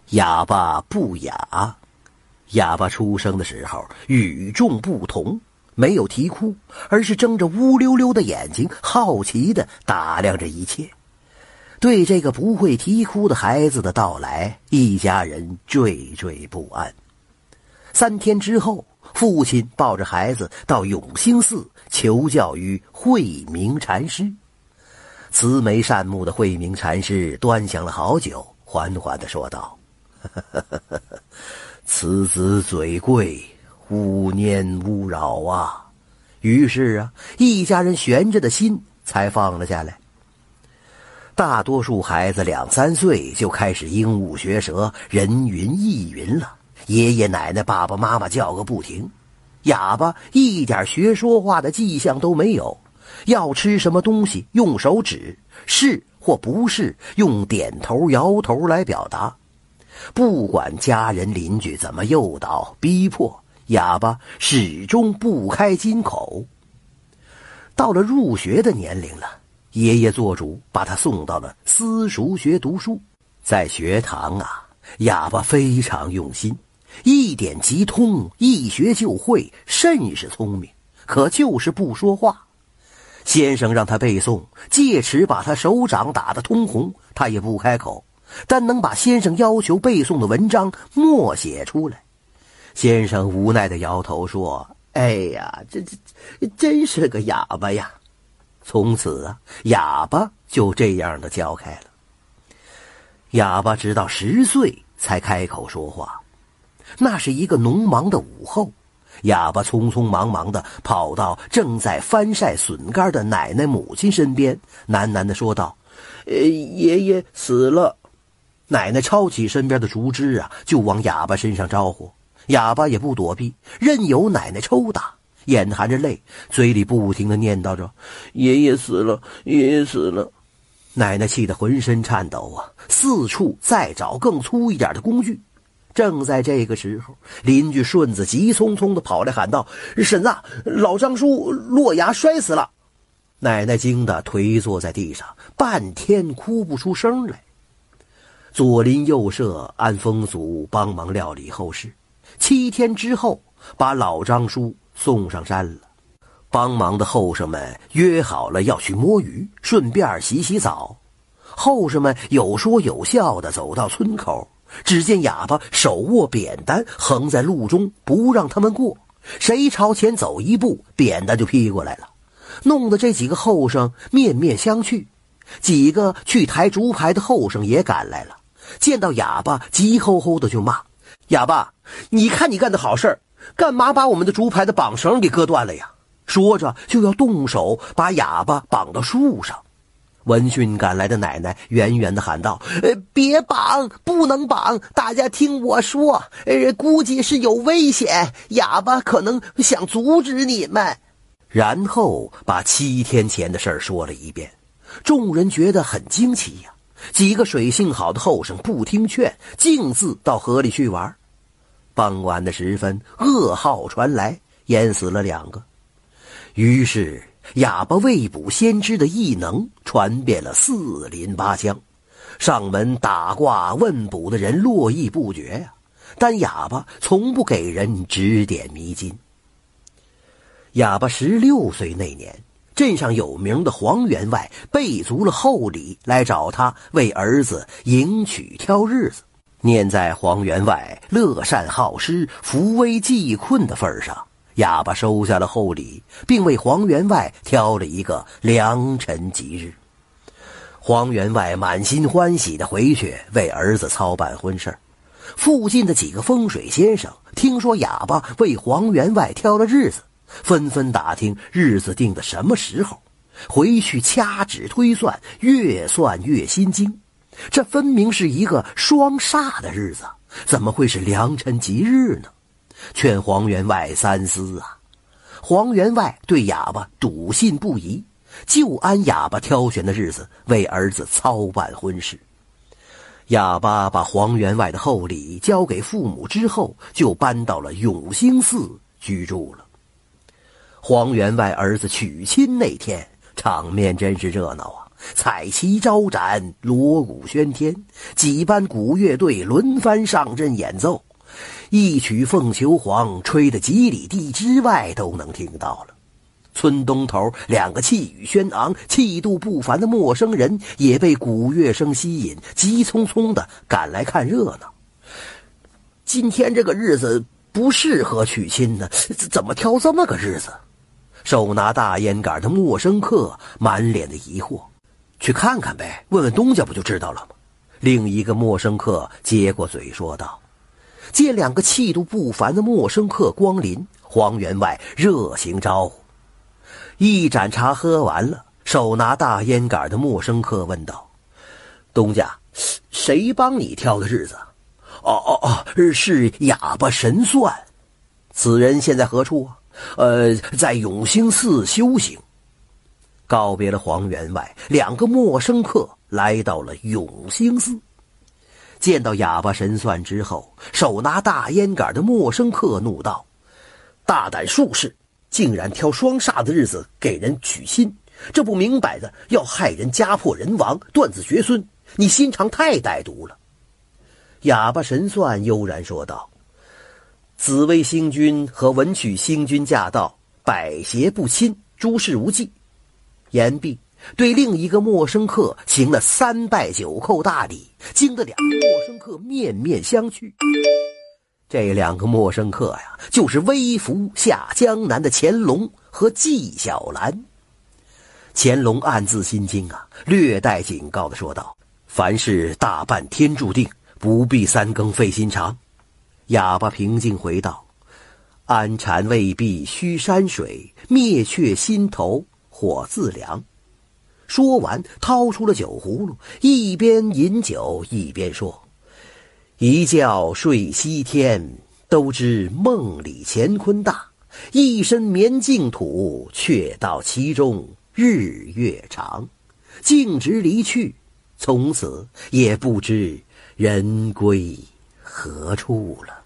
哑巴不雅。哑巴出生的时候与众不同，没有啼哭，而是睁着乌溜溜的眼睛，好奇地打量着一切。对这个不会啼哭的孩子的到来，一家人惴惴不安。3天之后，父亲抱着孩子到永兴寺求教于慧明禅师。慈眉善目的慧明禅师端详了好久，缓缓地说道：此子嘴贵，勿念勿扰啊。于是一家人悬着的心才放了下来。大多数孩子2、3岁就开始鹦鹉学舌，人云亦云了，爷爷奶奶爸爸妈妈叫个不停。哑巴一点学说话的迹象都没有，要吃什么东西用手指，是或不是用点头摇头来表达。不管家人邻居怎么诱导逼迫，哑巴始终不开金口。到了入学的年龄了，爷爷做主把他送到了私塾学读书。在学堂哑巴非常用心，一点即通，一学就会，甚是聪明，可就是不说话。先生让他背诵，戒尺把他手掌打得通红，他也不开口，但能把先生要求背诵的文章默写出来。先生无奈地摇头说：哎呀，这真是个哑巴呀。从此哑巴就这样的教开了。哑巴直到10岁才开口说话。那是一个农忙的午后，哑巴匆匆忙忙地跑到正在翻晒笋干的奶奶母亲身边，喃喃地说道：爷爷死了。奶奶抄起身边的竹枝就往哑巴身上招呼。哑巴也不躲避，任由奶奶抽打，眼含着泪，嘴里不停地念叨着：爷爷死了，爷爷死了。奶奶气得浑身颤抖四处再找更粗一点的工具。正在这个时候，邻居顺子急匆匆地跑来喊道：婶子，老张叔落崖摔死了。奶奶惊得颓坐在地上，半天哭不出声来。左邻右舍按风俗帮忙料理后事，7天之后把老张叔送上山了。帮忙的后生们约好了要去摸鱼，顺便洗洗澡。后生们有说有笑地走到村口，只见哑巴手握扁担横在路中，不让他们过，谁朝前走一步，扁担就劈过来了，弄得这几个后生面面相觑。几个去抬竹排的后生也赶来了，见到哑巴急吼吼的就骂：哑巴，你看你干的好事，干嘛把我们的竹排的绑绳给割断了呀？说着就要动手把哑巴绑到树上。闻讯赶来的奶奶远远地喊道：别绑，不能绑，大家听我说，估计是有危险，哑巴可能想阻止你们。然后把7天前的事儿说了一遍。众人觉得很惊奇呀，几个水性好的后生不听劝，径自到河里去玩。傍晚的时分，噩耗传来，淹死了2个。于是哑巴未卜先知的异能传遍了4邻8乡，上门打卦问卜的人络绎不绝呀，但哑巴从不给人指点迷津。哑巴16岁那年，镇上有名的黄员外备足了厚礼来找他为儿子迎娶挑日子。念在黄员外乐善好施、扶危济困的份上，哑巴收下了厚礼，并为黄员外挑了一个良辰吉日。黄员外满心欢喜地回去为儿子操办婚事。附近的几个风水先生听说哑巴为黄员外挑了日子，纷纷打听日子定的什么时候，回去掐指推算，越算越心惊。这分明是一个双煞的日子，怎么会是良辰吉日呢？劝黄员外三思啊。黄员外对哑巴笃信不疑，就按哑巴挑选的日子为儿子操办婚事。哑巴把黄员外的厚礼交给父母之后，就搬到了永兴寺居住了。黄员外儿子娶亲那天，场面真是热闹啊！ 彩旗招展，锣鼓喧天，几班鼓乐队轮番上阵演奏，一曲《凤求凰》吹得几里地之外都能听到了。村东头两个气宇轩昂、气度不凡的陌生人也被鼓乐声吸引，急匆匆地赶来看热闹。今天这个日子不适合娶亲呢，怎么挑这么个日子？手拿大烟杆的陌生客满脸的疑惑。去看看呗，问问东家不就知道了吗？另一个陌生客接过嘴说道。见两个气度不凡的陌生客光临，黄员外热情招呼。一盏茶喝完了，手拿大烟杆的陌生客问道：东家，谁帮你挑的日子？是哑巴神算。此人现在何处啊？在永兴寺修行。告别了黄员外，两个陌生客来到了永兴寺。见到哑巴神算之后，手拿大烟杆的陌生客怒道：大胆术士，竟然挑双煞的日子给人娶亲，这不明摆着要害人家破人亡，断子绝孙，你心肠太歹毒了。哑巴神算悠然说道：紫薇星君和文曲星君驾到，百邪不侵，诸事无忌。言毕，对另一个陌生客行了3拜9叩大礼，惊得两个陌生客面面相觑。这两个陌生客呀，就是微服下江南的乾隆和纪晓岚。乾隆暗自心惊啊，略带警告地说道：凡事大半天注定，不必3更费心肠。哑巴平静回道：安禅未必须山水，灭却心头火自凉。说完掏出了酒葫芦，一边饮酒一边说：一觉睡西天，都知梦里乾坤大，一身眠净土，却道其中日月长。径直离去，从此也不知人归何处了。